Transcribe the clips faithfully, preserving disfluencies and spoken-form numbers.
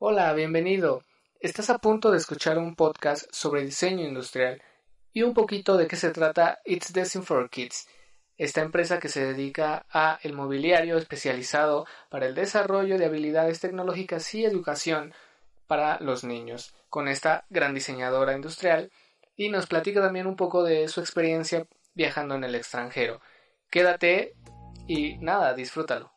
Hola, bienvenido. Estás a punto de escuchar un podcast sobre diseño industrial y un poquito de qué se trata It's Design for Kids, esta empresa que se dedica a el mobiliario especializado para el desarrollo de habilidades tecnológicas y educación para los niños, con esta gran diseñadora industrial, y nos platica también un poco de su experiencia viajando en el extranjero. Quédate y nada, disfrútalo.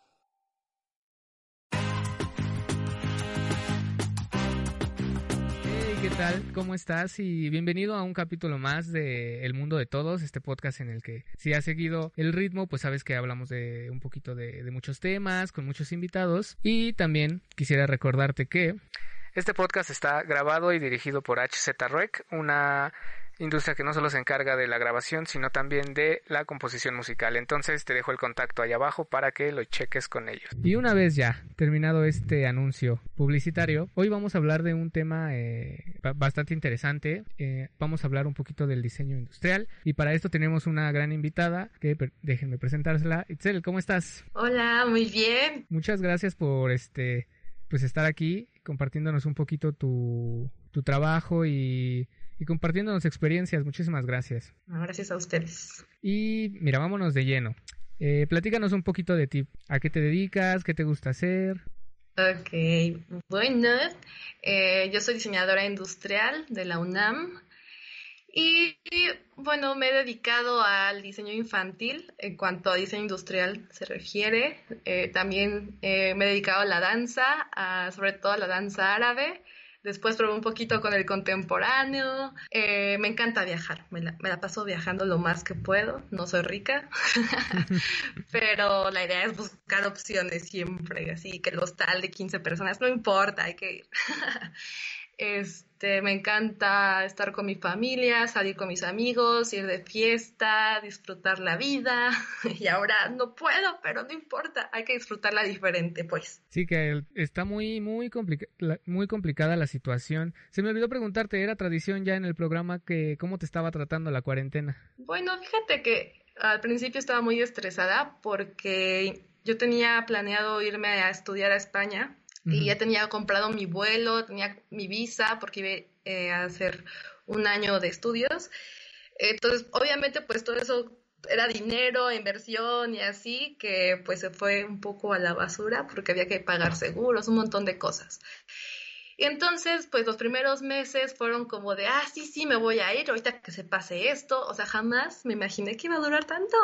¿Qué tal? ¿Cómo estás? Y bienvenido a un capítulo más de El Mundo de Todos, este podcast en el que si has seguido el ritmo, pues sabes que hablamos de un poquito de, de muchos temas, con muchos invitados. Y también quisiera recordarte que este podcast está grabado y dirigido por H Z R E C, una industria que no solo se encarga de la grabación, sino también de la composición musical. Entonces te dejo el contacto ahí abajo para que lo cheques con ellos. Y una vez ya terminado este anuncio publicitario, hoy vamos a hablar de un tema eh, bastante interesante. Eh, vamos a hablar un poquito del diseño industrial y para esto tenemos una gran invitada que per- déjenme presentársela. Itzel, ¿cómo estás? Hola, muy bien. Muchas gracias por este pues estar aquí compartiéndonos un poquito tu, tu trabajo y y compartiéndonos experiencias. Muchísimas gracias. Gracias a ustedes. Y mira, vámonos de lleno. Eh, platícanos un poquito de ti. ¿A qué te dedicas? ¿Qué te gusta hacer? Ok, bueno, eh, yo soy diseñadora industrial de la UNAM y, y bueno, me he dedicado al diseño infantil en cuanto a diseño industrial se refiere. Eh, también eh, me he dedicado a la danza, a, sobre todo a la danza árabe. Después probé un poquito con el contemporáneo. Eh, me encanta viajar. Me la, me la paso viajando lo más que puedo. No soy rica. Pero la idea es buscar opciones siempre. Así que el hostal de quince personas no importa, hay que ir. Este, me encanta estar con mi familia, salir con mis amigos, ir de fiesta, disfrutar la vida. Y ahora no puedo, pero no importa, hay que disfrutarla diferente, pues. Sí, que está muy, muy, complica- muy complicada la situación. Se me olvidó preguntarte, ¿era tradición ya en el programa que cómo te estaba tratando la cuarentena? Bueno, fíjate que al principio estaba muy estresada porque yo tenía planeado irme a estudiar a España. Y ya tenía comprado mi vuelo, tenía mi visa porque iba eh, a hacer un año de estudios. Entonces, obviamente, pues todo eso era dinero, inversión y así, que pues se fue un poco a la basura porque había que pagar seguros, un montón de cosas. Y entonces, pues los primeros meses fueron como de, ah, sí, sí, me voy a ir ahorita que se pase esto. O sea, jamás me imaginé que iba a durar tanto.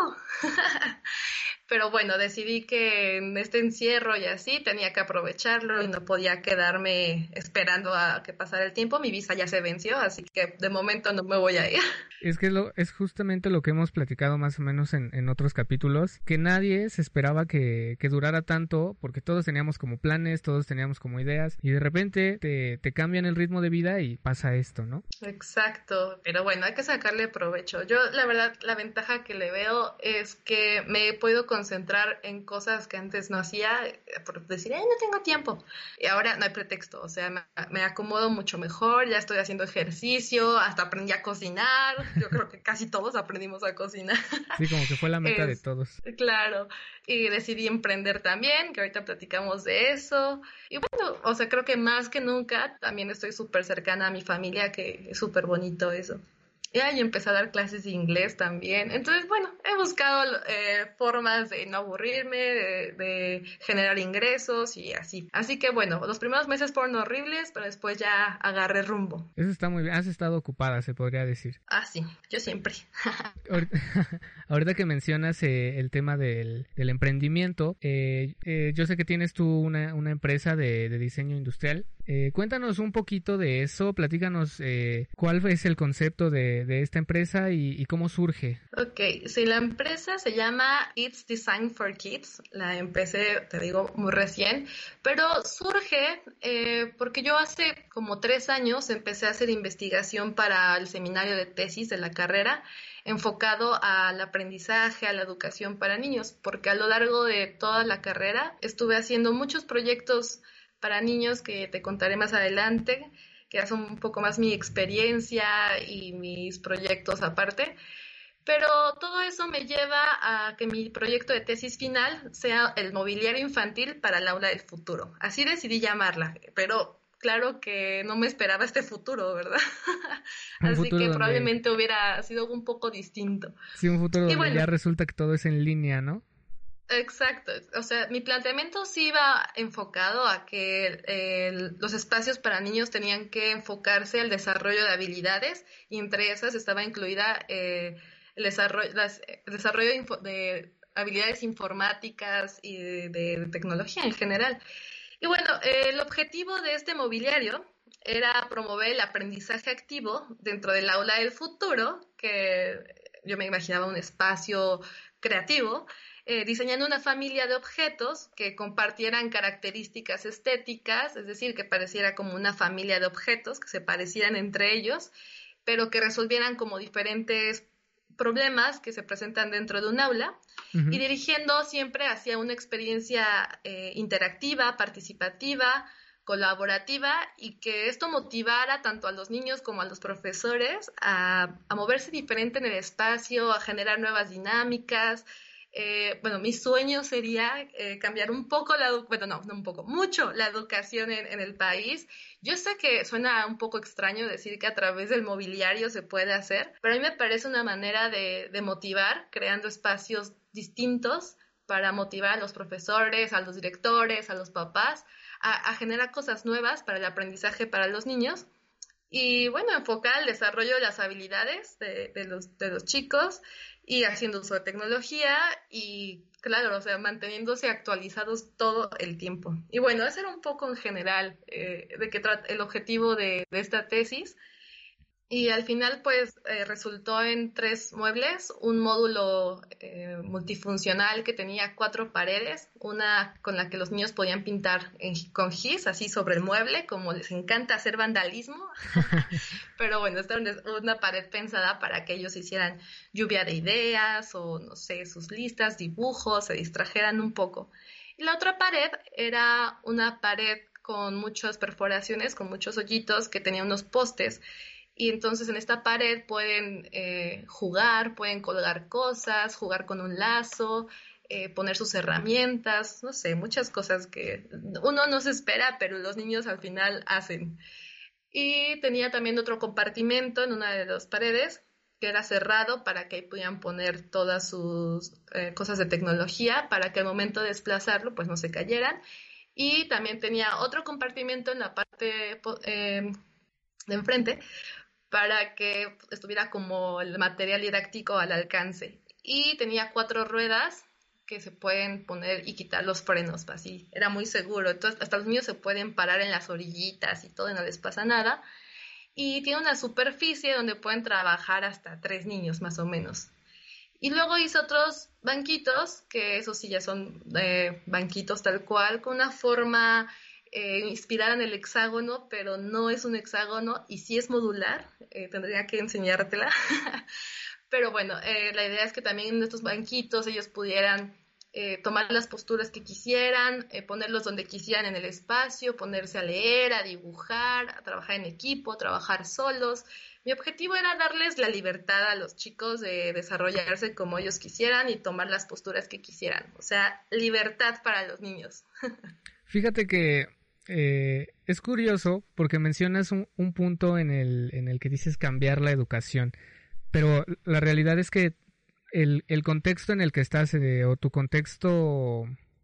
Pero bueno, decidí que en este encierro y así tenía que aprovecharlo y no podía quedarme esperando a que pasara el tiempo. Mi visa ya se venció, así que de momento no me voy a ir. Es que lo, es justamente lo que hemos platicado más o menos en, en otros capítulos, que nadie se esperaba que, que durara tanto, porque todos teníamos como planes, todos teníamos como ideas, y de repente te, te cambian el ritmo de vida y pasa esto, ¿no? Exacto, pero bueno, hay que sacarle provecho. Yo, la verdad, la ventaja que le veo es que me he podido concentrar en cosas que antes no hacía, por decir, ay, no tengo tiempo. Y ahora no hay pretexto, o sea, me, me acomodo mucho mejor, ya estoy haciendo ejercicio, hasta aprendí a cocinar. Yo creo que casi todos aprendimos a cocinar. Sí, como que fue la meta Es, de todos. claro, y decidí emprender también, que ahorita platicamos de eso. Y bueno, o sea, creo que más que nunca también estoy súper cercana a mi familia, que es súper bonito eso. Y ahí empecé a dar clases de inglés también. Entonces, bueno, he buscado eh, formas de no aburrirme, de, de generar ingresos y así. Así que bueno, los primeros meses fueron horribles, pero después ya agarré rumbo. Eso está muy bien. Has estado ocupada, se podría decir. Ah, sí, yo siempre. Ahorita, ahorita que mencionas eh, el tema del, del emprendimiento, eh, eh, yo sé que tienes tú una, una empresa de, de diseño industrial. Eh, cuéntanos un poquito de eso, platícanos eh, cuál es el concepto de, de esta empresa y, y cómo surge. Ok, sí, la empresa se llama It's Design for Kids. La empecé, te digo, muy recién, pero surge eh, porque yo hace como tres años empecé a hacer investigación para el seminario de tesis de la carrera enfocado al aprendizaje, a la educación para niños, porque a lo largo de toda la carrera estuve haciendo muchos proyectos para niños que te contaré más adelante, que ya son un poco más mi experiencia y mis proyectos aparte. Pero todo eso me lleva a que mi proyecto de tesis final sea el mobiliario infantil para el aula del futuro. Así decidí llamarla, pero claro que no me esperaba este futuro, ¿verdad? Un Así futuro que donde, probablemente hubiera sido un poco distinto. sí, un futuro Y donde bueno, ya resulta que todo es en línea, ¿no? exacto. O sea, mi planteamiento sí iba enfocado a que el- los espacios para niños tenían que enfocarse al desarrollo de habilidades y entre esas estaba incluida eh, el desarrollo, las- el desarrollo de, info- de habilidades informáticas y de, de tecnología en general. Y bueno, el objetivo de este mobiliario era promover el aprendizaje activo dentro del aula del futuro, que yo me imaginaba un espacio creativo, eh, diseñando una familia de objetos que compartieran características estéticas, es decir, que pareciera como una familia de objetos que se parecieran entre ellos, pero que resolvieran como diferentes problemas que se presentan dentro de un aula y Ujú. dirigiendo siempre hacia una experiencia eh, interactiva, participativa, colaborativa y que esto motivara tanto a los niños como a los profesores a, a moverse diferente en el espacio, a generar nuevas dinámicas. Eh, bueno, mi sueño sería eh, cambiar un poco la, bueno, no, no un poco, mucho la educación en, en el país. Yo sé que suena un poco extraño decir que a través del mobiliario se puede hacer, pero a mí me parece una manera de, de motivar creando espacios distintos para motivar a los profesores, a los directores, a los papás, a, a generar cosas nuevas para el aprendizaje para los niños y bueno, enfocar el desarrollo de las habilidades de, de, los, de los chicos y haciendo uso de tecnología y claro, o sea, manteniéndose actualizados todo el tiempo. Y bueno, ese era un poco en general eh, de qué trata el objetivo de, de esta tesis. Y al final, pues, eh, resultó en tres muebles, un módulo eh, multifuncional que tenía cuatro paredes, una con la que los niños podían pintar en, con gis, así sobre el mueble, como les encanta hacer vandalismo. Pero bueno, esta es una pared pensada para que ellos hicieran lluvia de ideas o, no sé, sus listas, dibujos, se distrajeran un poco. Y la otra pared era una pared con muchas perforaciones, con muchos hoyitos, que tenía unos postes y entonces en esta pared pueden eh, jugar, pueden colgar cosas, jugar con un lazo, eh, poner sus herramientas, no sé, muchas cosas que uno no se espera, pero los niños al final hacen. Y tenía también otro compartimento en una de las paredes que era cerrado para que ahí pudieran poner todas sus eh, cosas de tecnología para que al momento de desplazarlo pues no se cayeran. Y también tenía otro compartimento en la parte eh, de enfrente para que estuviera como el material didáctico al alcance. Y tenía cuatro ruedas que se pueden poner y quitar los frenos, así, era muy seguro. Entonces, hasta los niños se pueden parar en las orillitas y todo y no les pasa nada. Y tiene una superficie donde pueden trabajar hasta tres niños más o menos. Y luego hice otros banquitos, que esos sí ya son eh, banquitos tal cual, con una forma eh, inspirada en el hexágono, pero no es un hexágono y sí es modular, eh, tendría que enseñártela. Pero bueno, eh, la idea es que también en estos banquitos ellos pudieran eh, tomar las posturas que quisieran, eh, ponerlos donde quisieran en el espacio, ponerse a leer, a dibujar, a trabajar en equipo, trabajar solos. Mi objetivo era darles la libertad a los chicos de desarrollarse como ellos quisieran y tomar las posturas que quisieran. O sea, libertad para los niños. Fíjate que eh, es curioso porque mencionas un, un punto en el, en el que dices cambiar la educación, pero la realidad es que el, el contexto en el que estás eh, o tu contexto,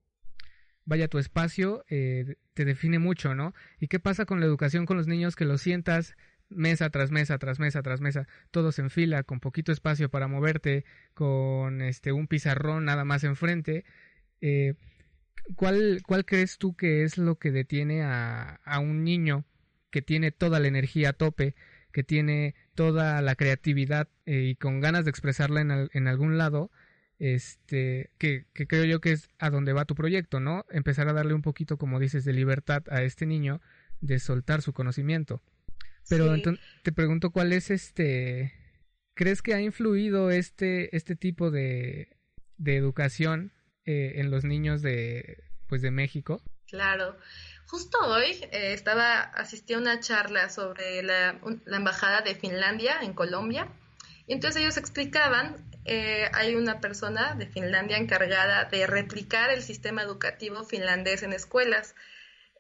vaya, tu espacio, eh, te define mucho, ¿no? ¿Y qué pasa con la educación con los niños que los sientas mesa tras mesa, tras mesa, tras mesa, todos en fila, con poquito espacio para moverte, con este un pizarrón nada más enfrente? Eh, ¿cuál, ¿Cuál crees tú que es lo que detiene a, a un niño que tiene toda la energía a tope, que tiene toda la creatividad eh, y con ganas de expresarla en, al, en algún lado, este, que, que creo yo que es a donde va tu proyecto, ¿no? Empezar a darle un poquito, como dices, de libertad a este niño de soltar su conocimiento. Pero Sí, entonces te pregunto cuál es este, ¿crees que ha influido este, este tipo de, de educación eh, en los niños de, pues de México? claro. Justo hoy eh, estaba asistí a una charla sobre la, un- la embajada de Finlandia en Colombia. Y entonces ellos explicaban, eh, hay una persona de Finlandia encargada de replicar el sistema educativo finlandés en escuelas.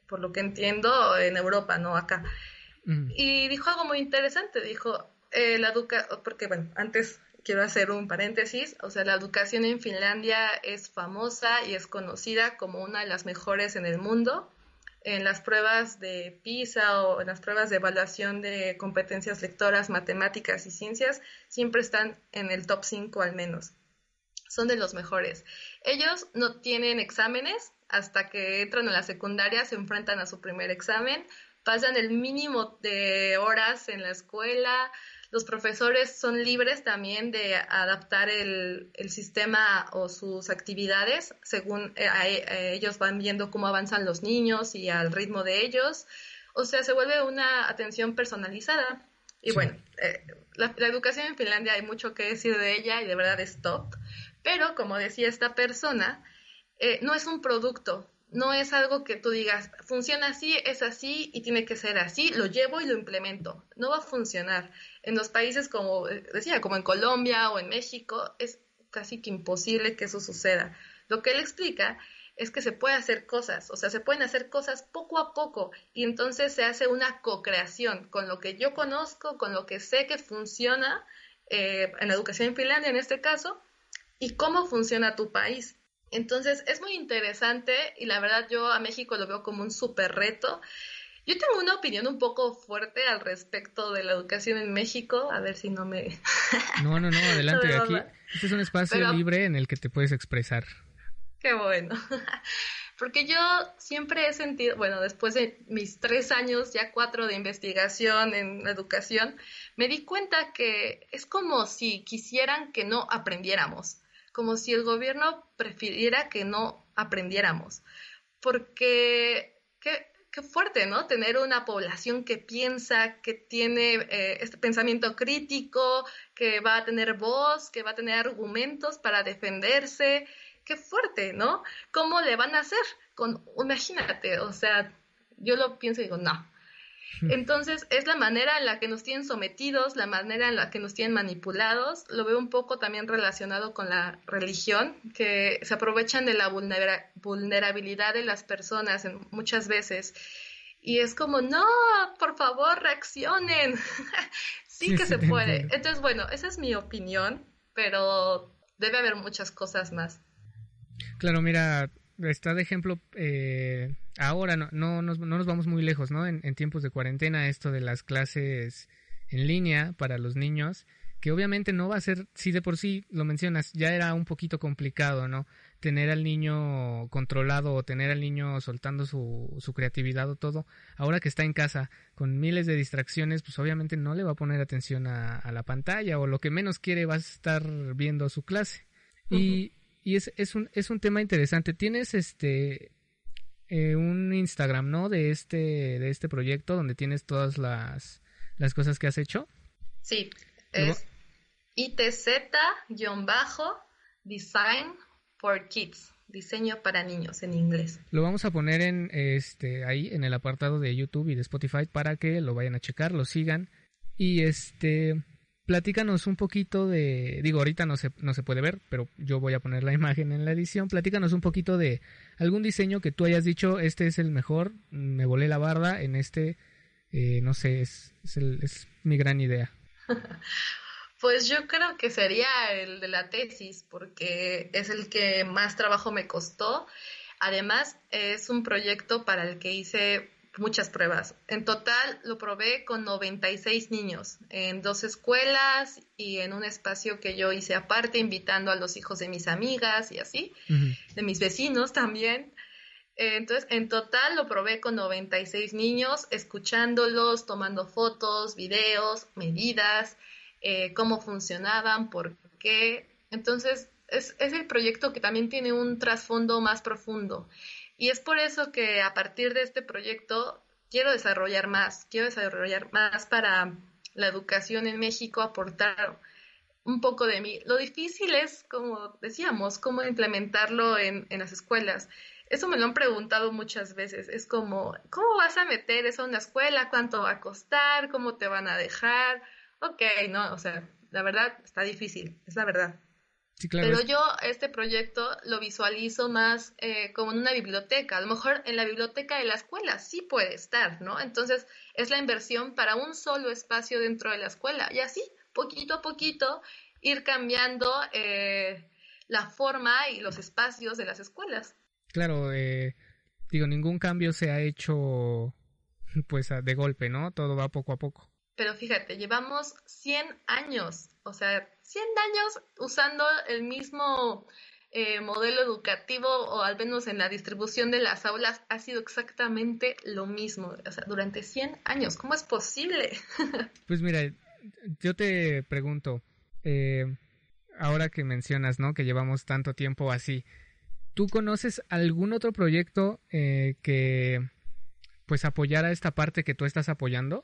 por lo que entiendo, en Europa, no acá. Mm. Y dijo algo muy interesante, dijo, eh, la educa porque bueno, antes quiero hacer un paréntesis, o sea, la educación en Finlandia es famosa y es conocida como una de las mejores en el mundo. En las pruebas de PISA o en las pruebas de evaluación de competencias lectoras, matemáticas y ciencias, siempre están en el top cinco al menos. Son de los mejores. Ellos no tienen exámenes hasta que entran a la secundaria, se enfrentan a su primer examen, pasan el mínimo de horas en la escuela. Los profesores son libres también de adaptar el, el sistema o sus actividades según eh, eh, ellos van viendo cómo avanzan los niños y al ritmo de ellos. O sea, se vuelve una atención personalizada. Y Sí. bueno, eh, la, la educación en Finlandia hay mucho que decir de ella y de verdad es top. Pero como decía esta persona, eh, no es un producto. No es algo que tú digas, funciona así, es así y tiene que ser así, lo llevo y lo implemento. No va a funcionar. En los países como decía, como en Colombia o en México, es casi que imposible que eso suceda. Lo que él explica es que se puede hacer cosas, o sea, se pueden hacer cosas poco a poco y entonces se hace una co-creación con lo que yo conozco, con lo que sé que funciona eh, en la educación en Finlandia en este caso, y cómo funciona tu país. Entonces es muy interesante y la verdad yo a México lo veo como un súper reto. Yo tengo una opinión un poco fuerte al respecto de la educación en México, a ver si no me... No, no, no, no me adelante. va Aquí, mal. este es un espacio Pero libre en el que te puedes expresar. qué bueno. Porque yo siempre he sentido, bueno, después de mis tres años, ya cuatro de investigación en la educación, me di cuenta que es como si quisieran que no aprendiéramos, como si el gobierno prefiriera que no aprendiéramos. Porque qué, qué fuerte, ¿no? Tener una población que piensa, que tiene eh, este pensamiento crítico, que va a tener voz, que va a tener argumentos para defenderse. Qué fuerte, ¿no? ¿Cómo le van a hacer? Con, imagínate, o sea, yo lo pienso y digo, no. Entonces, es la manera en la que nos tienen sometidos, la manera en la que nos tienen manipulados. Lo veo un poco también relacionado con la religión, que se aprovechan de la vulnera- vulnerabilidad de las personas en, muchas veces. Y es como, no, por favor, reaccionen. Sí Sí, que sí, se te puede. entiendo. Entonces, bueno, esa es mi opinión, pero debe haber muchas cosas más. Claro, mira, está de ejemplo, eh, ahora no, no, nos, no nos vamos muy lejos, ¿no? En, en tiempos de cuarentena, esto de las clases en línea para los niños, que obviamente no va a ser, si de por sí lo mencionas, ya era un poquito complicado, ¿no? Tener al niño controlado o tener al niño soltando su, su creatividad o todo. Ahora que está en casa con miles de distracciones, pues obviamente no le va a poner atención a, a la pantalla o lo que menos quiere va a estar viendo su clase. Uh-huh. Y Y es, es, un, es un tema interesante. Tienes este eh, un Instagram, ¿no? De este, de este proyecto donde tienes todas las, las cosas que has hecho. Sí, Lo, es I T Z-Design for Kids, diseño para niños en inglés. lo vamos a poner en este ahí en el apartado de YouTube y de Spotify para que lo vayan a checar, lo sigan. Y este platícanos un poquito de, digo, ahorita no se, no se puede ver, pero yo voy a poner la imagen en la edición. Platícanos un poquito de algún diseño que tú hayas dicho, este es el mejor, me volé la barda en este, eh, no sé, es, es, el, es mi gran idea. Pues yo creo que sería el de la tesis, porque es el que más trabajo me costó. Además, es un proyecto para el que hice muchas pruebas. En total lo probé con noventa y seis niños en dos escuelas y en un espacio que yo hice aparte, invitando a los hijos de mis amigas y así, Uh-huh. de mis vecinos también. Entonces, en total lo probé con noventa y seis niños, escuchándolos, tomando fotos, videos, medidas, eh, cómo funcionaban, por qué. Entonces, es, es el proyecto que también tiene un trasfondo más profundo. Y es por eso que a partir de este proyecto quiero desarrollar más, quiero desarrollar más para la educación en México, aportar un poco de mí. Lo difícil es, como decíamos, cómo implementarlo en, en las escuelas. Eso me lo han preguntado muchas veces. Es como, ¿cómo vas a meter eso en una escuela? ¿Cuánto va a costar? ¿Cómo te van a dejar? Ok, no, o sea, la verdad está difícil, es la verdad. Sí, claro. Pero Es... yo este proyecto lo visualizo más eh, como en una biblioteca. A lo mejor en la biblioteca de la escuela sí puede estar, ¿no? Entonces es la inversión para un solo espacio dentro de la escuela. Y así, poquito a poquito, ir cambiando eh, la forma y los espacios de las escuelas. Claro, eh, digo, ningún cambio se ha hecho pues de golpe, ¿no? Todo va poco a poco. Pero fíjate, llevamos cien años, o sea, cien años usando el mismo eh, modelo educativo, o al menos en la distribución de las aulas ha sido exactamente lo mismo, o sea, durante cien años. ¿Cómo es posible? Pues mira, yo te pregunto, eh, ahora que mencionas, ¿no? Que llevamos tanto tiempo así, ¿tú conoces algún otro proyecto eh, que pues apoyara esta parte que tú estás apoyando?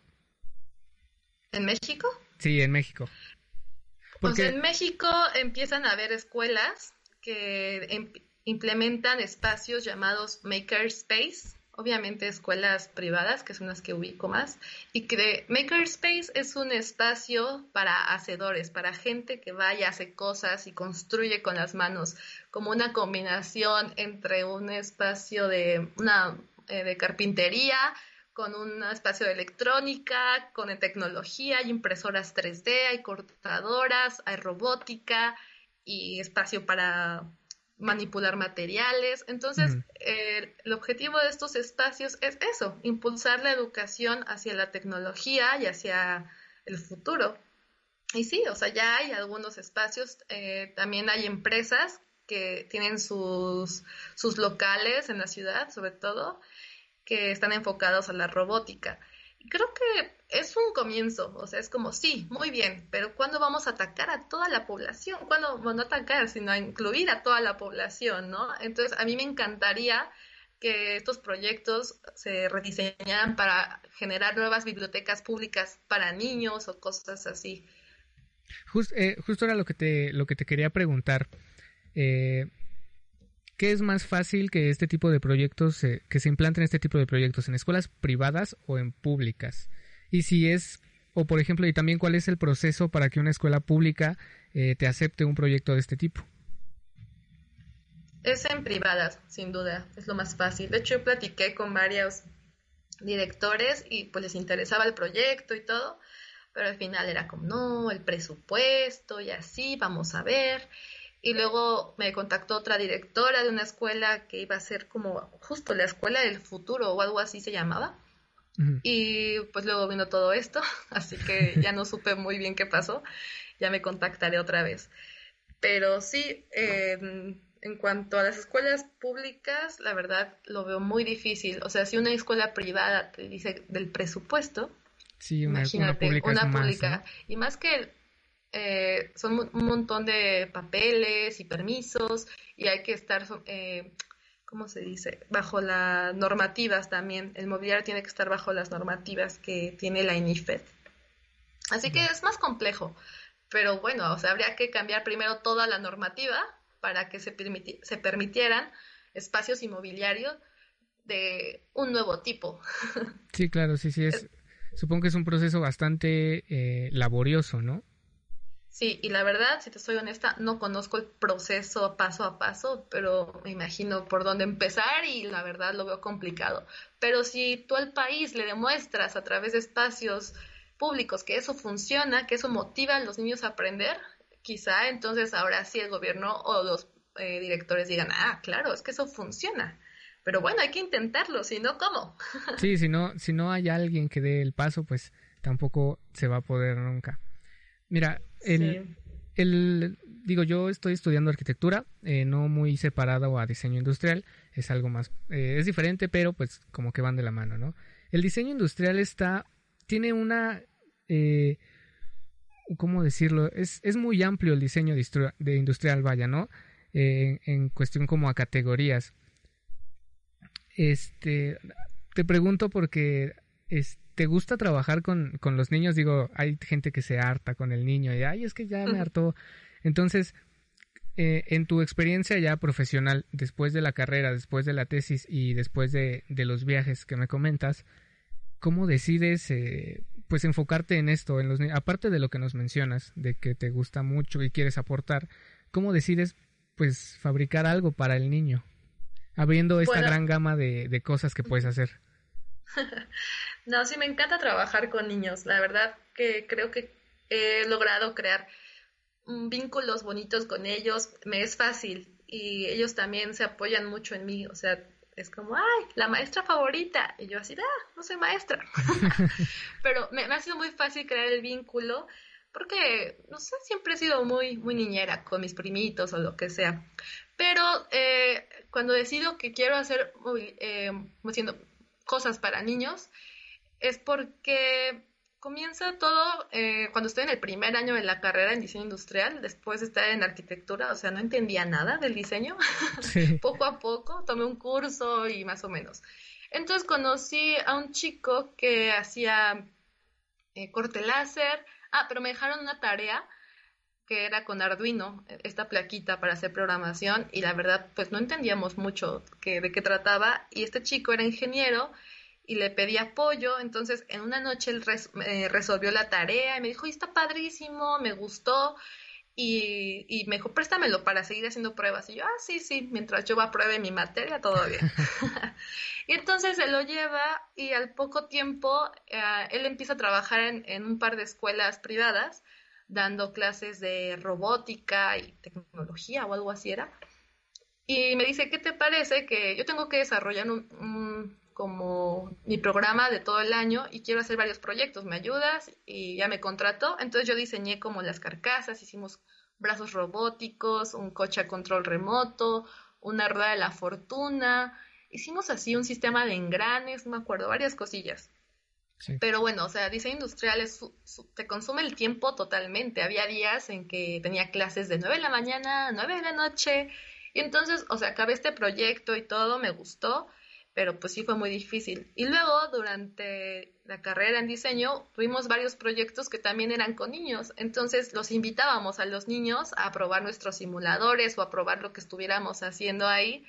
¿En México? Sí, en México. Porque... O sea, en México empiezan a haber escuelas que em- implementan espacios llamados Makerspace, obviamente escuelas privadas, que son las que ubico más, y que Makerspace es un espacio para hacedores, para gente que vaya, hace cosas y construye con las manos, como una combinación entre un espacio de, una, eh, de carpintería, con un espacio de electrónica, con tecnología, hay impresoras tres D, hay cortadoras, hay robótica y espacio para manipular materiales. Entonces, uh-huh. eh, el objetivo de estos espacios es eso, impulsar la educación hacia la tecnología y hacia el futuro. Y sí, o sea, ya hay algunos espacios, eh, también hay empresas que tienen sus, sus locales en la ciudad, sobre todo, que están enfocados a la robótica. Y creo que es un comienzo, o sea, es como, sí, muy bien, pero ¿cuándo vamos a atacar a toda la población? ¿Cuándo, bueno, no atacar, sino a incluir a toda la población, ¿no? Entonces, a mí me encantaría que estos proyectos se rediseñaran para generar nuevas bibliotecas públicas para niños o cosas así. Just, eh, justo era lo que te, lo que te quería preguntar. Eh... ¿Qué es más fácil que este tipo de proyectos, eh, que se implanten este tipo de proyectos en escuelas privadas o en públicas? Y si es, o por ejemplo, y también cuál es el proceso para que una escuela pública eh, te acepte un proyecto de este tipo. Es en privadas, sin duda, es lo más fácil. De hecho, yo platiqué con varios directores y pues les interesaba el proyecto y todo, pero al final era como, no, el presupuesto y así, vamos a ver. Y luego me contactó otra directora de una escuela que iba a ser como justo la escuela del futuro o algo así se llamaba. Uh-huh. Y pues luego vino todo esto, así que ya no supe muy bien qué pasó. Ya me contactaré otra vez. Pero sí, eh, en cuanto a las escuelas públicas, la verdad lo veo muy difícil. O sea, si una escuela privada te dice del presupuesto, sí, una, imagínate, una pública, una más, pública ¿no? Y más que Eh, son un montón de papeles y permisos y hay que estar, eh, ¿cómo se dice? Bajo las normativas también. El mobiliario tiene que estar bajo las normativas que tiene la INIFED. Así que es más complejo. Pero bueno, o sea, habría que cambiar primero toda la normativa para que se, permiti- se permitieran espacios inmobiliarios de un nuevo tipo. Sí, claro, sí, sí. es, es Supongo que es un proceso bastante eh, laborioso, ¿no? Sí, y la verdad, si te soy honesta, no conozco el proceso paso a paso, pero me imagino por dónde empezar y la verdad lo veo complicado. Pero si tú al país le demuestras a través de espacios públicos que eso funciona, que eso motiva a los niños a aprender, quizá entonces ahora sí el gobierno o los eh, directores digan, ah, claro, es que eso funciona. Pero bueno, hay que intentarlo, si no, ¿cómo? Sí, si no, si no hay alguien que dé el paso, pues tampoco se va a poder nunca. Mira, el, sí. el, digo, yo estoy estudiando arquitectura, eh, no muy separado a diseño industrial, es algo más, eh, es diferente, pero pues como que van de la mano, ¿no? El diseño industrial está, tiene una, eh, ¿cómo decirlo? Es, es muy amplio el diseño de, istru- de industrial, vaya, ¿no? Eh, en, en cuestión como a categorías. Este, te pregunto porque, este, ¿te gusta trabajar con, con los niños? Digo, hay gente que se harta con el niño y, ay, es que ya me hartó. Entonces, eh, en tu experiencia ya profesional, después de la carrera, después de la tesis y después de, de los viajes que me comentas, ¿cómo decides, eh, pues, enfocarte en esto? En los, aparte de lo que nos mencionas, de que te gusta mucho y quieres aportar, cómo decides pues fabricar algo para el niño, abriendo esta Bueno, gran gama de, de cosas que puedes hacer? no, sí me encanta trabajar con niños. La verdad que creo que he logrado crear mm, vínculos bonitos con ellos. Me es fácil y ellos también se apoyan mucho en mí. O sea, es como, ay, la maestra favorita. Y yo así, ah, no soy maestra. Pero me, me ha sido muy fácil crear el vínculo porque, no sé, siempre he sido muy, muy niñera con mis primitos o lo que sea. Pero eh, cuando decido que quiero hacer movi- eh, haciendo cosas para niños, es porque comienza todo eh, cuando estoy en el primer año de la carrera en diseño industrial, después de estar en arquitectura, o sea, no entendía nada del diseño. Sí. Poco a poco tomé un curso y más o menos. Entonces conocí a un chico que hacía eh, corte láser. Ah, pero me dejaron una tarea que era con Arduino, esta plaquita para hacer programación, y la verdad, pues no entendíamos mucho que, de qué trataba, y este chico era ingeniero y le pedí apoyo, entonces en una noche él res, eh, resolvió la tarea y me dijo, y está padrísimo, me gustó, y, y me dijo, préstamelo para seguir haciendo pruebas, y yo, ah, sí, sí, mientras yo apruebe mi materia, todo bien. Y entonces se lo lleva y al poco tiempo eh, él empieza a trabajar en, en un par de escuelas privadas, dando clases de robótica y tecnología o algo así era. Y me dice, ¿qué te parece que yo tengo que desarrollar un, un, como mi programa de todo el año y quiero hacer varios proyectos? ¿Me ayudas? Y ya me contrató. Entonces yo diseñé como las carcasas, hicimos brazos robóticos, un coche a control remoto, una rueda de la fortuna. Hicimos así un sistema de engranes, no me acuerdo, varias cosillas. Sí. Pero bueno, o sea, diseño industrial es su- su- te consume el tiempo totalmente. Había días en que tenía clases de nueve de la mañana a nueve de la noche. Y entonces, o sea, acabé este proyecto y todo, me gustó, pero pues sí fue muy difícil. Y luego, durante la carrera en diseño, tuvimos varios proyectos que también eran con niños. Entonces, los invitábamos a los niños a probar nuestros simuladores o a probar lo que estuviéramos haciendo ahí.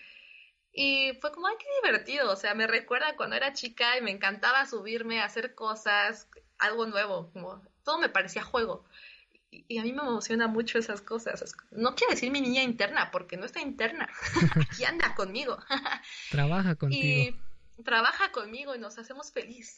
Y fue como, ay, qué divertido, o sea, me recuerda cuando era chica y me encantaba subirme a hacer cosas, algo nuevo, como todo me parecía juego. Y, y a mí me emociona mucho esas cosas. Es- no quiero decir mi niña interna, porque no está interna, aquí anda conmigo. Trabaja contigo. Y trabaja conmigo y nos hacemos feliz.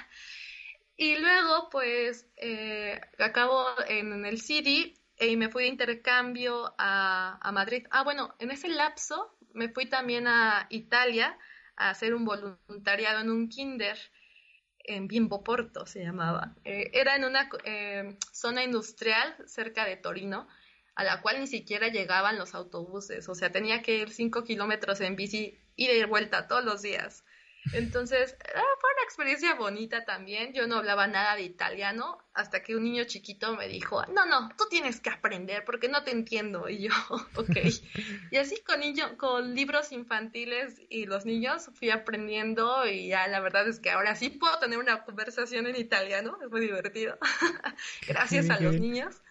Y luego, pues, eh, acabo en el City y me fui de intercambio a, a Madrid. Ah, bueno, en ese lapso me fui también a Italia a hacer un voluntariado en un kinder en Bimbo Porto, se llamaba. Eh, era en una eh, zona industrial cerca de Torino, a la cual ni siquiera llegaban los autobuses. O sea, tenía que ir cinco kilómetros en bici, ida y vuelta todos los días. Entonces, eh, fue una experiencia bonita también. Yo no hablaba nada de italiano hasta que un niño chiquito me dijo, no, no, tú tienes que aprender porque no te entiendo. Y yo, ok. Y así con, niño, con libros infantiles y los niños fui aprendiendo y ya la verdad es que ahora sí puedo tener una conversación en italiano. Es muy divertido. Qué Gracias bien, a qué los bien. niños.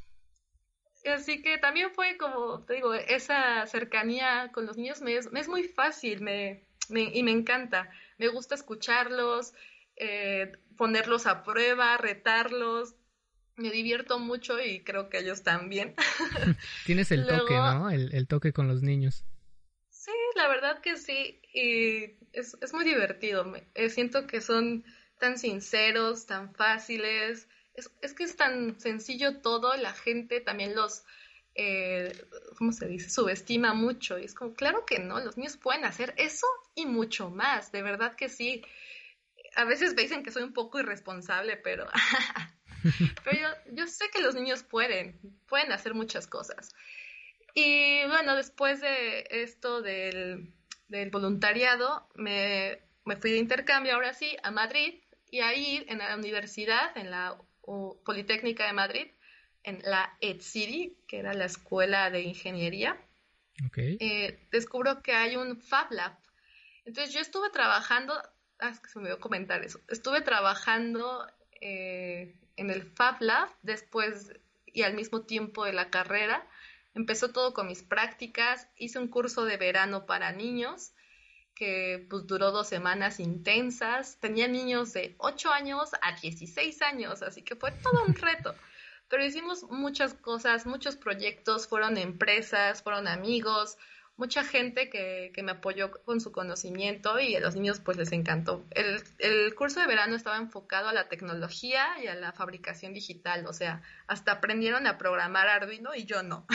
Así que también fue como, te digo, esa cercanía con los niños me es, me es muy fácil me, me, y me encanta. Me gusta escucharlos, eh, ponerlos a prueba, retarlos. Me divierto mucho y creo que ellos también. Tienes el toque, Luego, ¿no? El, el toque con los niños. sí, la verdad que sí. Y es, es muy divertido. Me, eh, siento que son tan sinceros, tan fáciles. Es, es que es tan sencillo todo. La gente también los, eh, ¿cómo se dice? Subestima mucho. Y es como, claro que no, los niños pueden hacer eso y mucho más. De verdad que sí. A veces me dicen que soy un poco irresponsable, pero, pero yo, yo sé que los niños pueden, pueden hacer muchas cosas. Y bueno, después de esto del, del voluntariado, me, me fui de intercambio ahora sí a Madrid y ahí en la universidad, en la uh, Politécnica de Madrid, en la EdCity, que era la escuela de ingeniería, Ok. eh, descubro que hay un Fab Lab. Entonces yo estuve trabajando, ah, es que se me olvidó comentar eso, estuve trabajando eh, en el Fab Lab después y al mismo tiempo de la carrera. Empezó todo con mis prácticas, hice un curso de verano para niños que pues duró dos semanas intensas. Tenía niños de ocho años a dieciséis años, así que fue todo un reto. pero hicimos muchas cosas, muchos proyectos, fueron empresas, fueron amigos, mucha gente que, que me apoyó con su conocimiento y a los niños pues les encantó. El, el curso de verano estaba enfocado a la tecnología y a la fabricación digital, o sea, hasta aprendieron a programar Arduino y yo no.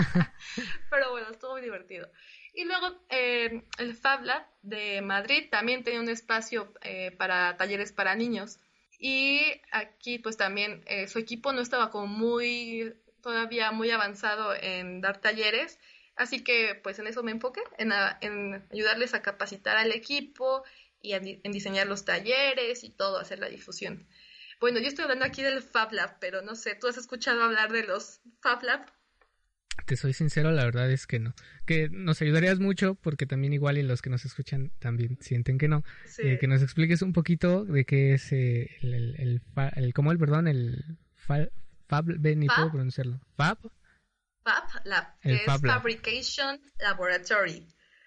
Pero bueno, estuvo muy divertido. Y luego eh, el Fab Lab de Madrid también tenía un espacio eh, para talleres para niños. Y aquí pues también eh, su equipo no estaba como muy, todavía muy avanzado en dar talleres. Así que pues en eso me enfoqué, en, a, en ayudarles a capacitar al equipo y a, en diseñar los talleres y todo, hacer la difusión. Bueno, yo estoy hablando aquí del Fab Lab, pero no sé, ¿tú has escuchado hablar de los Fab Lab? Te soy sincero, la verdad es que no. Que nos ayudarías mucho, porque también igual y los que nos escuchan también sienten que no. Sí. Eh, que nos expliques un poquito de qué es eh, el, el, el, fa, el, ¿cómo el, perdón? El fa, Fab, ven, ni puedo pronunciarlo. Fab. Fab Lab, que es Fab Fabrication Laboratory.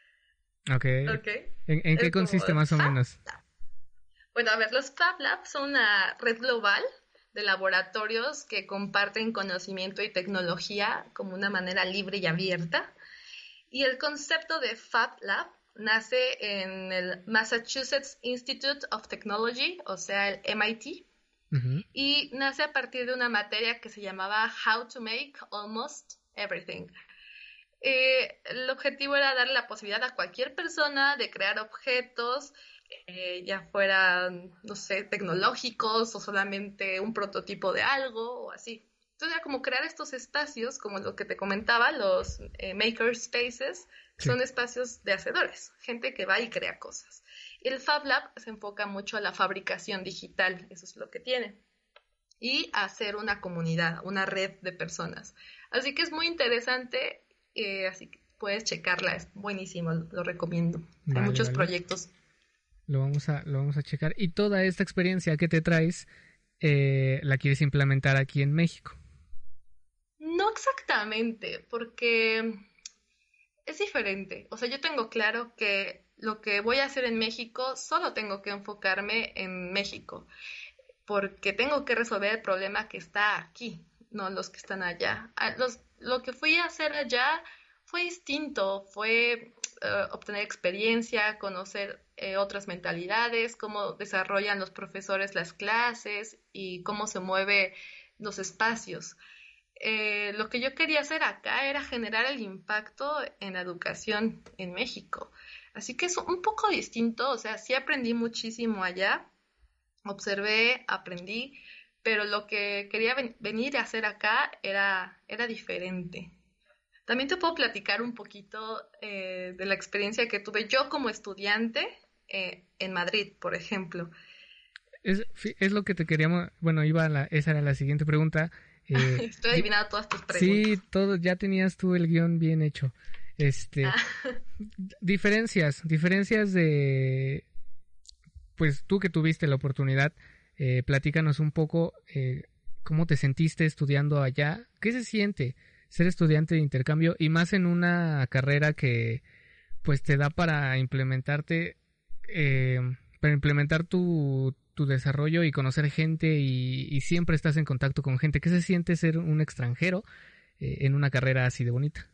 Ok. okay. ¿En, en qué consiste más o menos? Lab. Bueno, a ver, los Fab Labs son una red global de laboratorios que comparten conocimiento y tecnología como una manera libre y abierta. Y el concepto de Fab Lab nace en el Massachusetts Institute of Technology, o sea, el M I T, uh-huh. Y nace a partir de una materia que se llamaba How to Make Almost Everything. Eh, el objetivo era darle la posibilidad a cualquier persona de crear objetos, Eh, ya fueran, no sé, tecnológicos o solamente un prototipo de algo o así. Entonces era como crear estos espacios, como lo que te comentaba, los eh, maker spaces, sí. Son espacios de hacedores, gente que va y crea cosas. Y el Fab Lab se enfoca mucho a la fabricación digital, eso es lo que tiene, y a hacer una comunidad, una red de personas. Así que es muy interesante, eh, así que puedes checarla, es buenísimo, lo recomiendo. Vale, Hay muchos vale. proyectos. Lo vamos a, lo vamos a checar. Y toda esta experiencia que te traes, eh, ¿la quieres implementar aquí en México? No exactamente, porque es diferente. O sea, yo tengo claro que lo que voy a hacer en México, solo tengo que enfocarme en México, porque tengo que resolver el problema que está aquí, no los que están allá. Los, lo que fui a hacer allá fue distinto, fue uh, obtener experiencia, conocer eh, otras mentalidades, cómo desarrollan los profesores las clases y cómo se mueven los espacios. Eh, lo que yo quería hacer acá era generar el impacto en la educación en México. Así que es un poco distinto, o sea, sí aprendí muchísimo allá, observé, aprendí, pero lo que quería ven- venir a hacer acá era, era diferente. También te puedo platicar un poquito eh, de la experiencia que tuve yo como estudiante eh, en Madrid, por ejemplo. Es, es lo que te queríamos, bueno, iba a la, esa era la siguiente pregunta. Eh, Estoy adivinando todas tus preguntas. Sí, todo, ya tenías tú el guión bien hecho. Este, ah. diferencias, diferencias de, pues tú que tuviste la oportunidad, eh, platícanos un poco eh, cómo te sentiste estudiando allá, qué se siente ser estudiante de intercambio y más en una carrera que pues te da para implementarte, eh, para implementar tu, tu desarrollo y conocer gente y, y siempre estás en contacto con gente. ¿Qué se siente ser un extranjero eh, en una carrera así de bonita?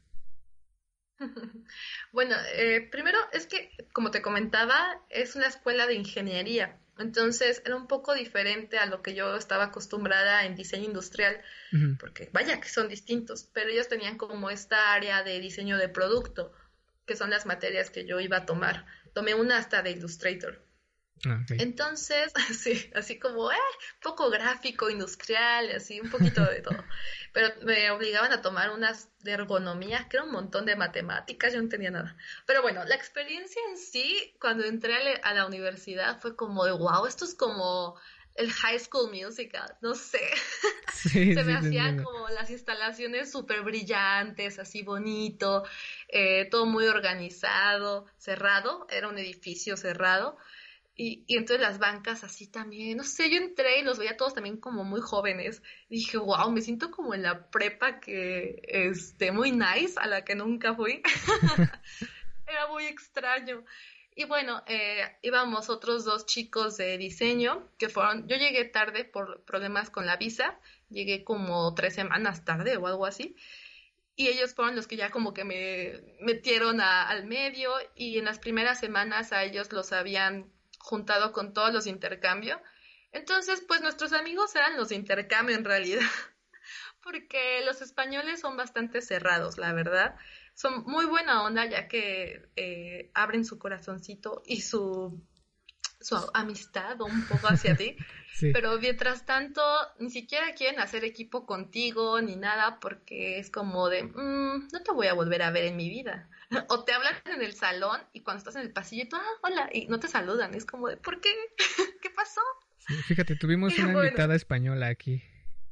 Bueno, eh, primero es que, como te comentaba, es una escuela de ingeniería. Entonces era un poco diferente a lo que yo estaba acostumbrada en diseño industrial, uh-huh. Porque vaya que son distintos, pero ellos tenían como esta área de diseño de producto, que son las materias que yo iba a tomar. Tomé una hasta de Illustrator. Okay. Entonces, sí, así como, eh, poco gráfico, industrial, así, un poquito de todo. Pero me obligaban a tomar unas de ergonomía, que era un montón de matemáticas, yo no entendía nada. Pero bueno, la experiencia en sí, cuando entré a la universidad, fue como de, wow, esto es como el High School Musical, no sé. Sí, Se me sí, hacían sí, como las instalaciones súper brillantes, así bonito, eh, todo muy organizado, cerrado, era un edificio cerrado. Y, y entonces las bancas así también, no sé, yo entré y los veía todos también como muy jóvenes. Y dije, wow, me siento como en la prepa que, este, muy nice, a la que nunca fui. Era muy extraño. Y bueno, eh, íbamos otros dos chicos de diseño que fueron, yo llegué tarde por problemas con la visa, llegué como tres semanas tarde o algo así, y ellos fueron los que ya como que me metieron a- al medio y en las primeras semanas a ellos los habían juntado con todos los intercambios. Entonces, pues nuestros amigos eran los de intercambio en realidad, porque los españoles son bastante cerrados, la verdad. Son muy buena onda ya que eh, abren su corazoncito y su, su amistad un poco hacia ti, Sí, pero mientras tanto ni siquiera quieren hacer equipo contigo ni nada porque es como de, "Mm, no te voy a volver a ver en mi vida". O te hablan en el salón y cuando estás en el pasillo, tú, ah, hola, y no te saludan. Es como de, ¿por qué? ¿Qué pasó? sí. Fíjate, tuvimos Y una bueno, invitada española aquí.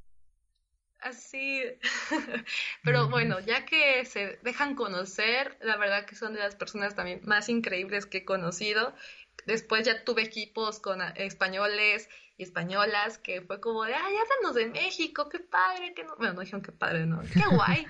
así, pero Ujú. bueno, ya que se dejan conocer, la verdad que son de las personas también más increíbles que he conocido. Después ya tuve equipos con ah, españoles y españolas que fue como de, ay, háblanos de México, qué padre, que no... Bueno, no dijeron qué padre, no, qué guay.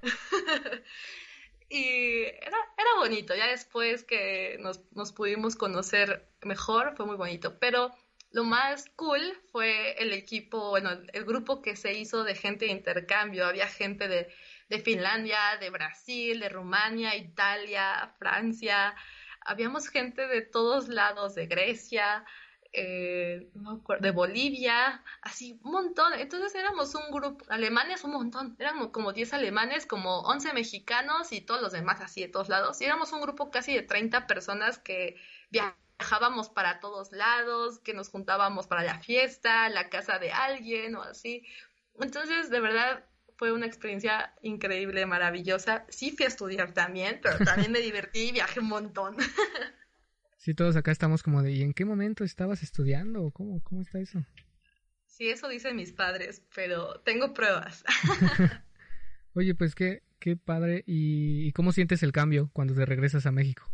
Y era, era bonito, ya después que nos, nos pudimos conocer mejor, fue muy bonito. Pero lo más cool fue el equipo, bueno, el grupo que se hizo de gente de intercambio. Había gente de, de Finlandia, de Brasil, de Rumania, Italia, Francia. Habíamos gente de todos lados, de Grecia, eh, no me acuerdo, de Bolivia, así un montón. Entonces éramos un grupo, alemanes un montón, éramos como diez alemanes, como once mexicanos y todos los demás así de todos lados. Y éramos un grupo casi de treinta personas que viajábamos para todos lados, que nos juntábamos para la fiesta, la casa de alguien o así. Entonces, de verdad, fue una experiencia increíble, maravillosa. Sí fui a estudiar también, pero también me divertí y viajé un montón. Sí, todos acá estamos como de, ¿y en qué momento estabas estudiando? ¿Cómo, cómo está eso? Sí, eso dicen mis padres, pero tengo pruebas. Oye, pues qué, qué padre. ¿Y, y cómo sientes el cambio cuando te regresas a México?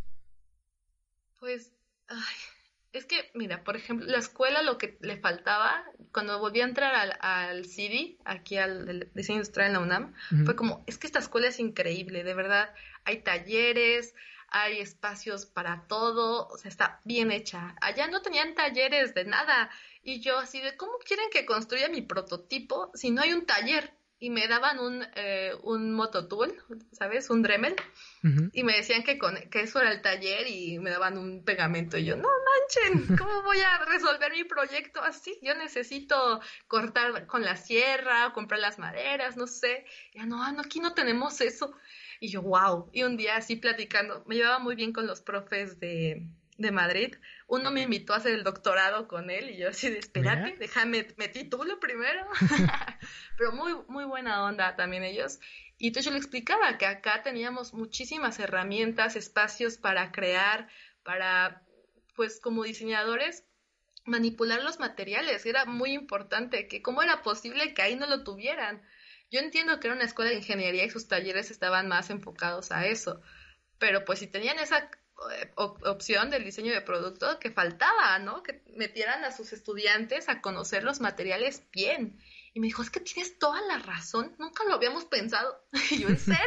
Pues, ay, es que, mira, por ejemplo, la escuela lo que le faltaba, cuando volví a entrar al, al C I D I, aquí al del diseño industrial en la UNAM, Ujú. fue como, es que esta escuela es increíble, de verdad, hay talleres, hay espacios para todo, o sea, está bien hecha. Allá no tenían talleres de nada, y yo así de, ¿cómo quieren que construya mi prototipo si no hay un taller? Y me daban un, eh, un mototool, ¿sabes? Un Dremel, Ujú. y me decían que, con, que eso era el taller y me daban un pegamento y yo, no manchen, ¿cómo voy a resolver mi proyecto así? Yo necesito cortar con la sierra, comprar las maderas, no sé. Y ya, no, no, aquí no tenemos eso. Y yo, wow. Y un día así platicando, me llevaba muy bien con los profes de, de Madrid. Uno me invitó a hacer el doctorado con él y yo así de, Mira. espérate, déjame, me titulo primero. Pero muy, muy buena onda también ellos. Y entonces yo le explicaba que acá teníamos muchísimas herramientas, espacios para crear, para, pues como diseñadores, manipular los materiales. Era muy importante, que cómo era posible que ahí no lo tuvieran. Yo entiendo que era una escuela de ingeniería y sus talleres estaban más enfocados a eso, pero pues si tenían esa eh, op- opción del diseño de producto, que faltaba, ¿no? Que metieran a sus estudiantes a conocer los materiales bien. Y me dijo, es que tienes toda la razón, nunca lo habíamos pensado. Y yo, ¿en serio?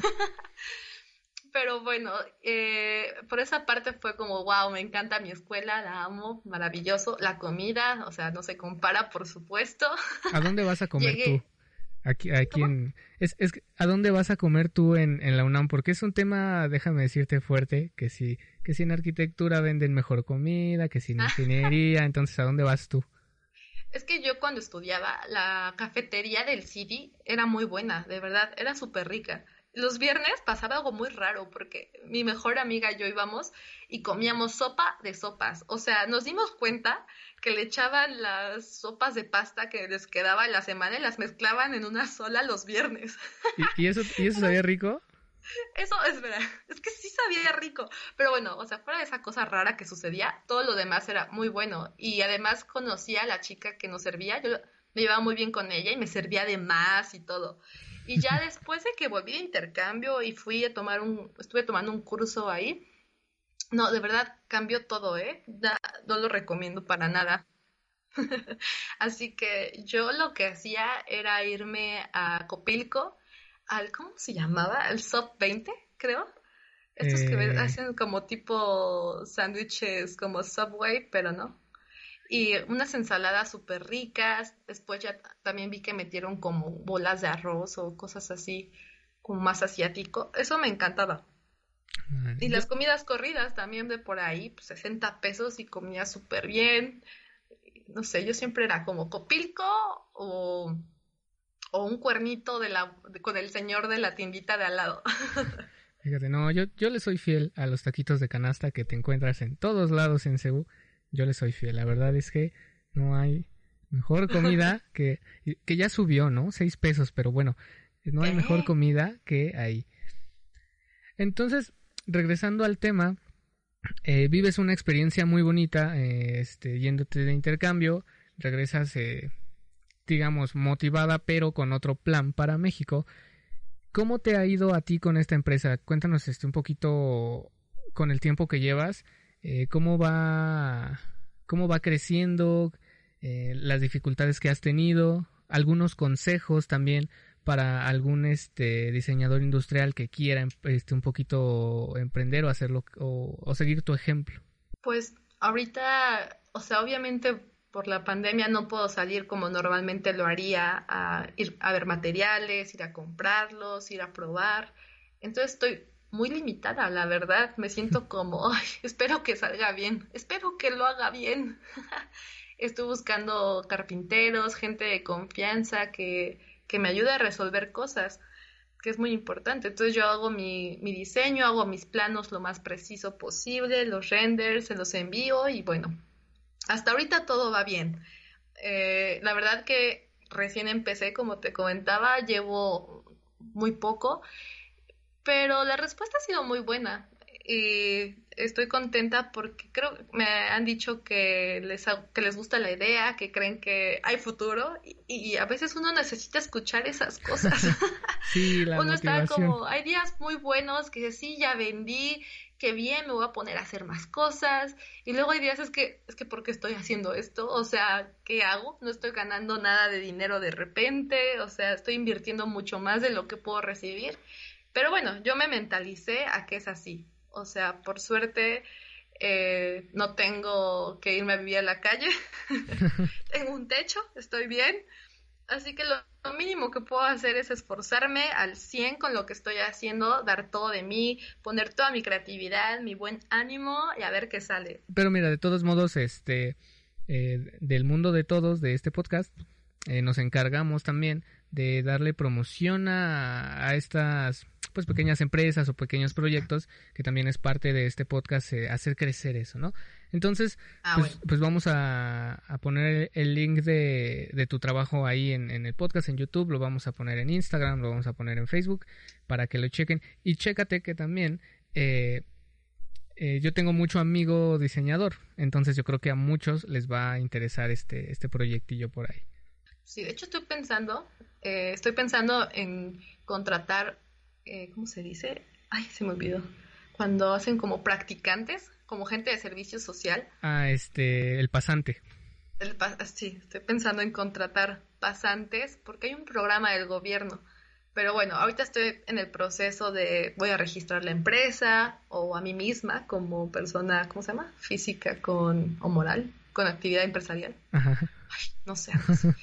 Pero bueno, eh, por esa parte fue como, wow, me encanta mi escuela, la amo, maravilloso. La comida, o sea, no se compara, por supuesto. ¿A dónde vas a comer tú? Llegué, Aquí, aquí ¿cómo? en... Es, es, que, ¿a dónde vas a comer tú en, en la UNAM? Porque es un tema, déjame decirte, fuerte, que si, que si en arquitectura venden mejor comida, que si en ingeniería, entonces ¿a dónde vas tú? Es que yo cuando estudiaba, la cafetería del C I D I era muy buena, de verdad, era súper rica. Los viernes pasaba algo muy raro porque mi mejor amiga y yo íbamos y comíamos sopa de sopas. O sea, nos dimos cuenta que le echaban las sopas de pasta que les quedaba en la semana y las mezclaban en una sola los viernes. ¿Y, y eso, y eso sabía rico? Eso es verdad, es que sí sabía rico, pero bueno, o sea, fuera de esa cosa rara que sucedía, todo lo demás era muy bueno y además conocía a la chica que nos servía, yo me llevaba muy bien con ella y me servía de más y todo. Y ya después de que volví de intercambio y fui a tomar un, estuve tomando un curso ahí, no, de verdad cambió todo, ¿eh? Da- no lo recomiendo para nada. Así que yo lo que hacía era irme a Copilco, al, ¿cómo se llamaba? Al S O P veinte, creo, Estos que ves, Eh, hacen como tipo sándwiches como Subway, pero no. Y unas ensaladas súper ricas. Después ya t- también vi que metieron como bolas de arroz o cosas así, como más asiático. Eso me encantaba. Y yo, las comidas corridas también de por ahí, pues sesenta pesos y comía súper bien. No sé, yo siempre era como Copilco o, o un cuernito de la, de- con el señor de la tiendita de al lado. fíjate, no, yo, yo le soy fiel a los taquitos de canasta que te encuentras en todos lados en Cebu. Yo le soy fiel. La verdad es que no hay mejor comida que, que ya subió, ¿no? Seis pesos, pero bueno, no hay mejor ¿Qué? comida que ahí. Entonces, regresando al tema, eh, vives una experiencia muy bonita, eh, este, yéndote de intercambio, regresas, eh, digamos, motivada, pero con otro plan para México. ¿Cómo te ha ido a ti con esta empresa? Cuéntanos este un poquito con el tiempo que llevas, eh, cómo va, cómo va creciendo, eh, las dificultades que has tenido, algunos consejos también para algún este diseñador industrial que quiera em- este un poquito emprender o hacerlo o, o seguir tu ejemplo. Pues ahorita, o sea, obviamente por la pandemia no puedo salir como normalmente lo haría a ir a ver materiales, ir a comprarlos, ir a probar. Entonces estoy muy limitada, la verdad. Me siento como, ay, espero que salga bien, espero que lo haga bien. Estoy buscando carpinteros, gente de confianza que, que me ayude a resolver cosas, que es muy importante. Entonces yo hago mi, mi diseño, hago mis planos lo más preciso posible, los renders, se los envío y bueno, hasta ahorita todo va bien. Eh, la verdad que recién empecé, como te comentaba, llevo muy poco, pero la respuesta ha sido muy buena y estoy contenta porque creo me han dicho que les, ha- que les gusta la idea, que creen que hay futuro y, y a veces uno necesita escuchar esas cosas. Sí, la Uno está motivación. como, hay días muy buenos que sí, ya vendí, qué bien, me voy a poner a hacer más cosas. Y luego hay días es que, es que ¿por qué estoy haciendo esto? O sea, ¿qué hago? No estoy ganando nada de dinero de repente, o sea, estoy invirtiendo mucho más de lo que puedo recibir. Pero bueno, yo me mentalicé a que es así. O sea, por suerte eh, no tengo que irme a vivir a la calle, tengo un techo, estoy bien. Así que lo, lo mínimo que puedo hacer es esforzarme al cien con lo que estoy haciendo, dar todo de mí, poner toda mi creatividad, mi buen ánimo y a ver qué sale. Pero mira, de todos modos, este, eh, del mundo de todos, de este podcast, eh, nos encargamos también de darle promoción a, a estas pues pequeñas empresas o pequeños proyectos que también es parte de este podcast, eh, hacer crecer eso, ¿no? Entonces, Ah, bueno. pues, pues vamos a, a poner el link de, de tu trabajo ahí en, en el podcast en YouTube, lo vamos a poner en Instagram, lo vamos a poner en Facebook para que lo chequen y chécate que también eh, eh, yo tengo mucho amigo diseñador, entonces yo creo que a muchos les va a interesar este, este proyectillo por ahí. Sí, de hecho estoy pensando, eh, estoy pensando en contratar, eh, ¿cómo se dice? Ay, se me olvidó. Cuando hacen como practicantes, como gente de servicio social. Ah, este, el pasante. El pa- sí, estoy pensando en contratar pasantes porque hay un programa del gobierno. Pero bueno, ahorita estoy en el proceso de voy a registrar la empresa o a mí misma como persona, ¿cómo se llama? Física con o moral, con actividad empresarial. Ajá. No sé, algo así.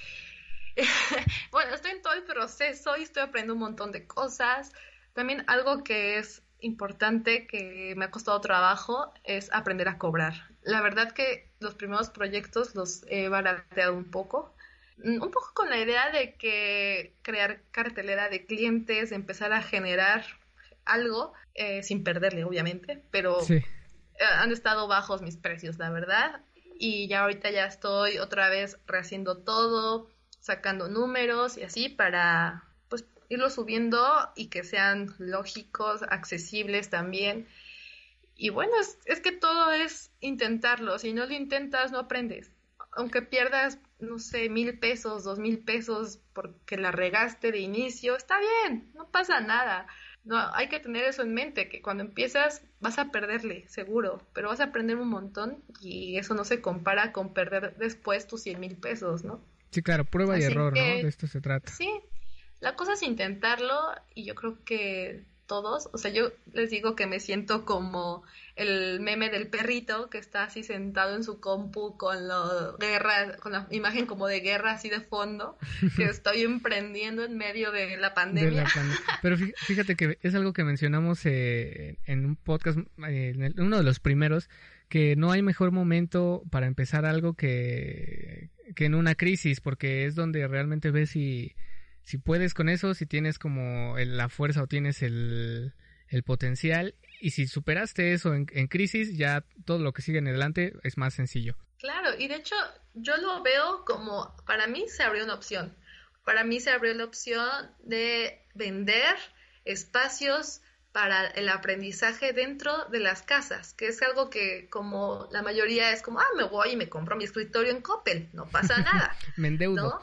Bueno, estoy en todo el proceso y estoy aprendiendo un montón de cosas. También algo que es importante que me ha costado trabajo es aprender a cobrar. La verdad que los primeros proyectos los he barateado un poco, mm, un poco con la idea de que crear cartelera de clientes, empezar a generar algo eh, sin perderle, obviamente, pero Sí. eh, han estado bajos mis precios, la verdad. Y ya ahorita ya estoy otra vez rehaciendo todo, sacando números y así para pues irlo subiendo y que sean lógicos, accesibles también. Y bueno, es, es que todo es intentarlo. Si no lo intentas, no aprendes. Aunque pierdas, no sé, mil pesos, dos mil pesos porque la regaste de inicio, está bien, no pasa nada. No, hay que tener eso en mente, que cuando empiezas vas a perderle, seguro, pero vas a aprender un montón y eso no se compara con perder después tus cien mil pesos, ¿no? Sí, claro, prueba y Así error, ¿no? De que esto se trata. sí, la cosa es intentarlo y yo creo que todos. O sea, yo les digo que me siento como el meme del perrito que está así sentado en su compu con la guerra, con la imagen como de guerra así de fondo, que estoy emprendiendo en medio de la pandemia. De la pande- Pero fíjate que es algo que mencionamos eh, en un podcast, eh, en el- uno de los primeros, que no hay mejor momento para empezar algo que, que en una crisis, porque es donde realmente ves si, si puedes con eso, si tienes como el- la fuerza o tienes el, el potencial, y si superaste eso en, en crisis, ya todo lo que sigue en adelante es más sencillo. Claro, y de hecho yo lo veo como, para mí se abrió una opción. Para mí se abrió la opción de vender espacios para el aprendizaje dentro de las casas, que es algo que como la mayoría es como, ah, me voy y me compro mi escritorio en Coppel, no pasa nada. Me endeudo. ¿No?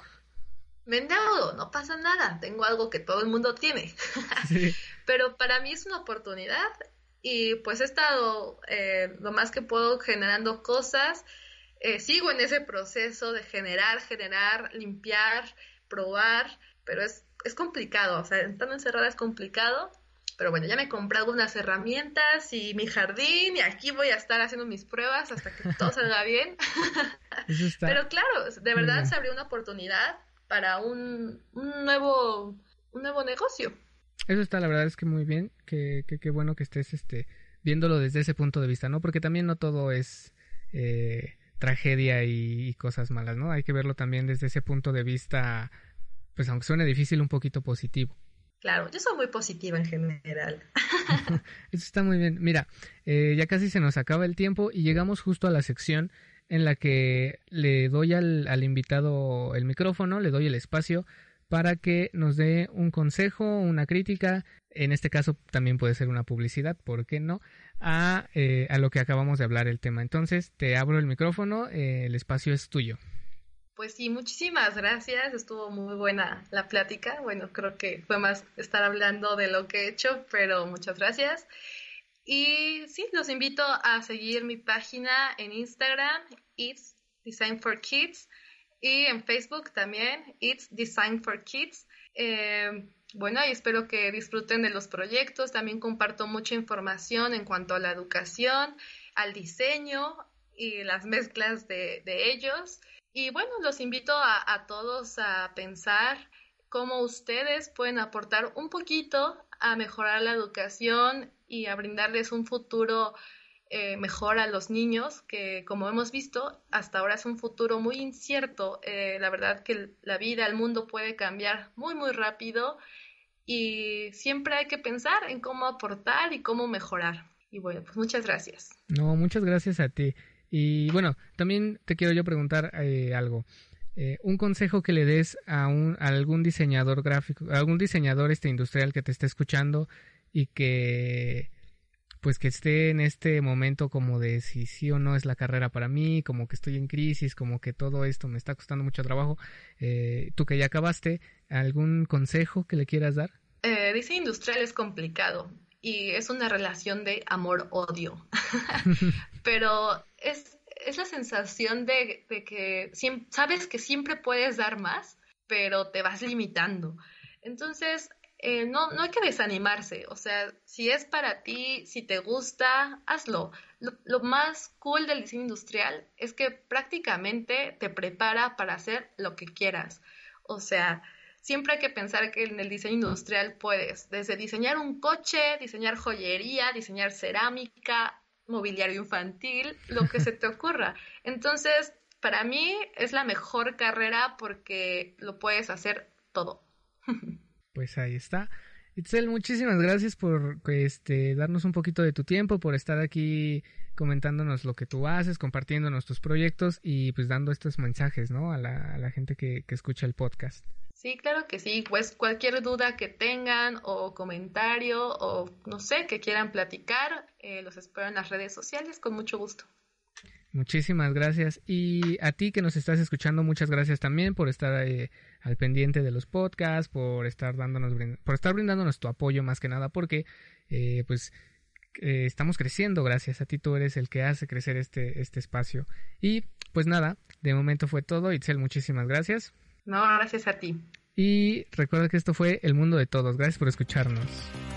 Me endeudo, no pasa nada, tengo algo que todo el mundo tiene. Sí. Pero para mí es una oportunidad y pues he estado eh, lo más que puedo generando cosas, eh, sigo en ese proceso de generar, generar, limpiar, probar, pero es, es complicado, o sea, estando encerrada es complicado. Pero bueno, ya me he comprado unas herramientas y mi jardín y aquí voy a estar haciendo mis pruebas hasta que todo salga bien. Eso está... Pero claro, de verdad se abrió una oportunidad para un, un nuevo un nuevo negocio. Eso está, la verdad es que muy bien, que que, que bueno que estés este viéndolo desde ese punto de vista, ¿no? Porque también no todo es eh, tragedia y, y cosas malas, ¿no? Hay que verlo también desde ese punto de vista, pues aunque suene difícil, un poquito positivo. Claro, yo soy muy positiva en general. Eso está muy bien. Mira, eh, ya casi se nos acaba el tiempo y llegamos justo a la sección en la que le doy al, al invitado el micrófono, le doy el espacio para que nos dé un consejo, una crítica, en este caso también puede ser una publicidad, ¿por qué no?, a, eh, a lo que acabamos de hablar el tema. Entonces, te abro el micrófono, eh, el espacio es tuyo. Pues sí, muchísimas gracias, estuvo muy buena la plática, bueno, creo que fue más estar hablando de lo que he hecho, pero muchas gracias. Y sí, los invito a seguir mi página en Instagram, It's Design for Kids, y en Facebook también, It's Design for Kids. Eh, bueno, y espero que disfruten de los proyectos, también comparto mucha información en cuanto a la educación, al diseño y las mezclas de, de ellos. Y bueno, los invito a, a todos a pensar cómo ustedes pueden aportar un poquito a mejorar la educación y a brindarles un futuro eh, mejor a los niños, que como hemos visto, hasta ahora es un futuro muy incierto. Eh, la verdad que la vida, el mundo puede cambiar muy, muy rápido y siempre hay que pensar en cómo aportar y cómo mejorar. Y bueno, pues muchas gracias. No, muchas gracias a ti. Y bueno, también te quiero yo preguntar eh, algo. Eh, un consejo que le des a, un, a algún diseñador gráfico, a algún diseñador este industrial que te esté escuchando y que pues que esté en este momento como de si sí o no es la carrera para mí, como que estoy en crisis, como que todo esto me está costando mucho trabajo. Eh, tú que ya acabaste, ¿algún consejo que le quieras dar? Eh, diseño industrial es complicado y es una relación de amor-odio, pero es, es la sensación de, de que siempre, sabes que siempre puedes dar más, pero te vas limitando. Entonces, eh, no, no hay que desanimarse, o sea, si es para ti, si te gusta, hazlo. Lo, lo más cool del diseño industrial es que prácticamente te prepara para hacer lo que quieras, o sea, siempre hay que pensar que en el diseño industrial puedes desde diseñar un coche, diseñar joyería, diseñar cerámica, mobiliario infantil, lo que se te ocurra. Entonces, para mí es la mejor carrera porque lo puedes hacer todo. Pues ahí está. Itzel, muchísimas gracias por este darnos un poquito de tu tiempo, por estar aquí comentándonos lo que tú haces, compartiéndonos tus proyectos y pues dando estos mensajes, ¿no? A la, a la gente que, que escucha el podcast. Sí, claro que sí, pues cualquier duda que tengan o comentario o no sé, que quieran platicar, eh, los espero en las redes sociales con mucho gusto. Muchísimas gracias. Y a ti que nos estás escuchando, muchas gracias también por estar eh, al pendiente de los podcasts, por estar dándonos, por estar brindándonos tu apoyo más que nada, porque eh, pues eh, estamos creciendo gracias a ti. Tú eres el que hace crecer este, este espacio. Y pues nada, de momento fue todo. Itzel, muchísimas gracias. No, gracias a ti. Y recuerda que esto fue El Mundo de Todos. Gracias por escucharnos.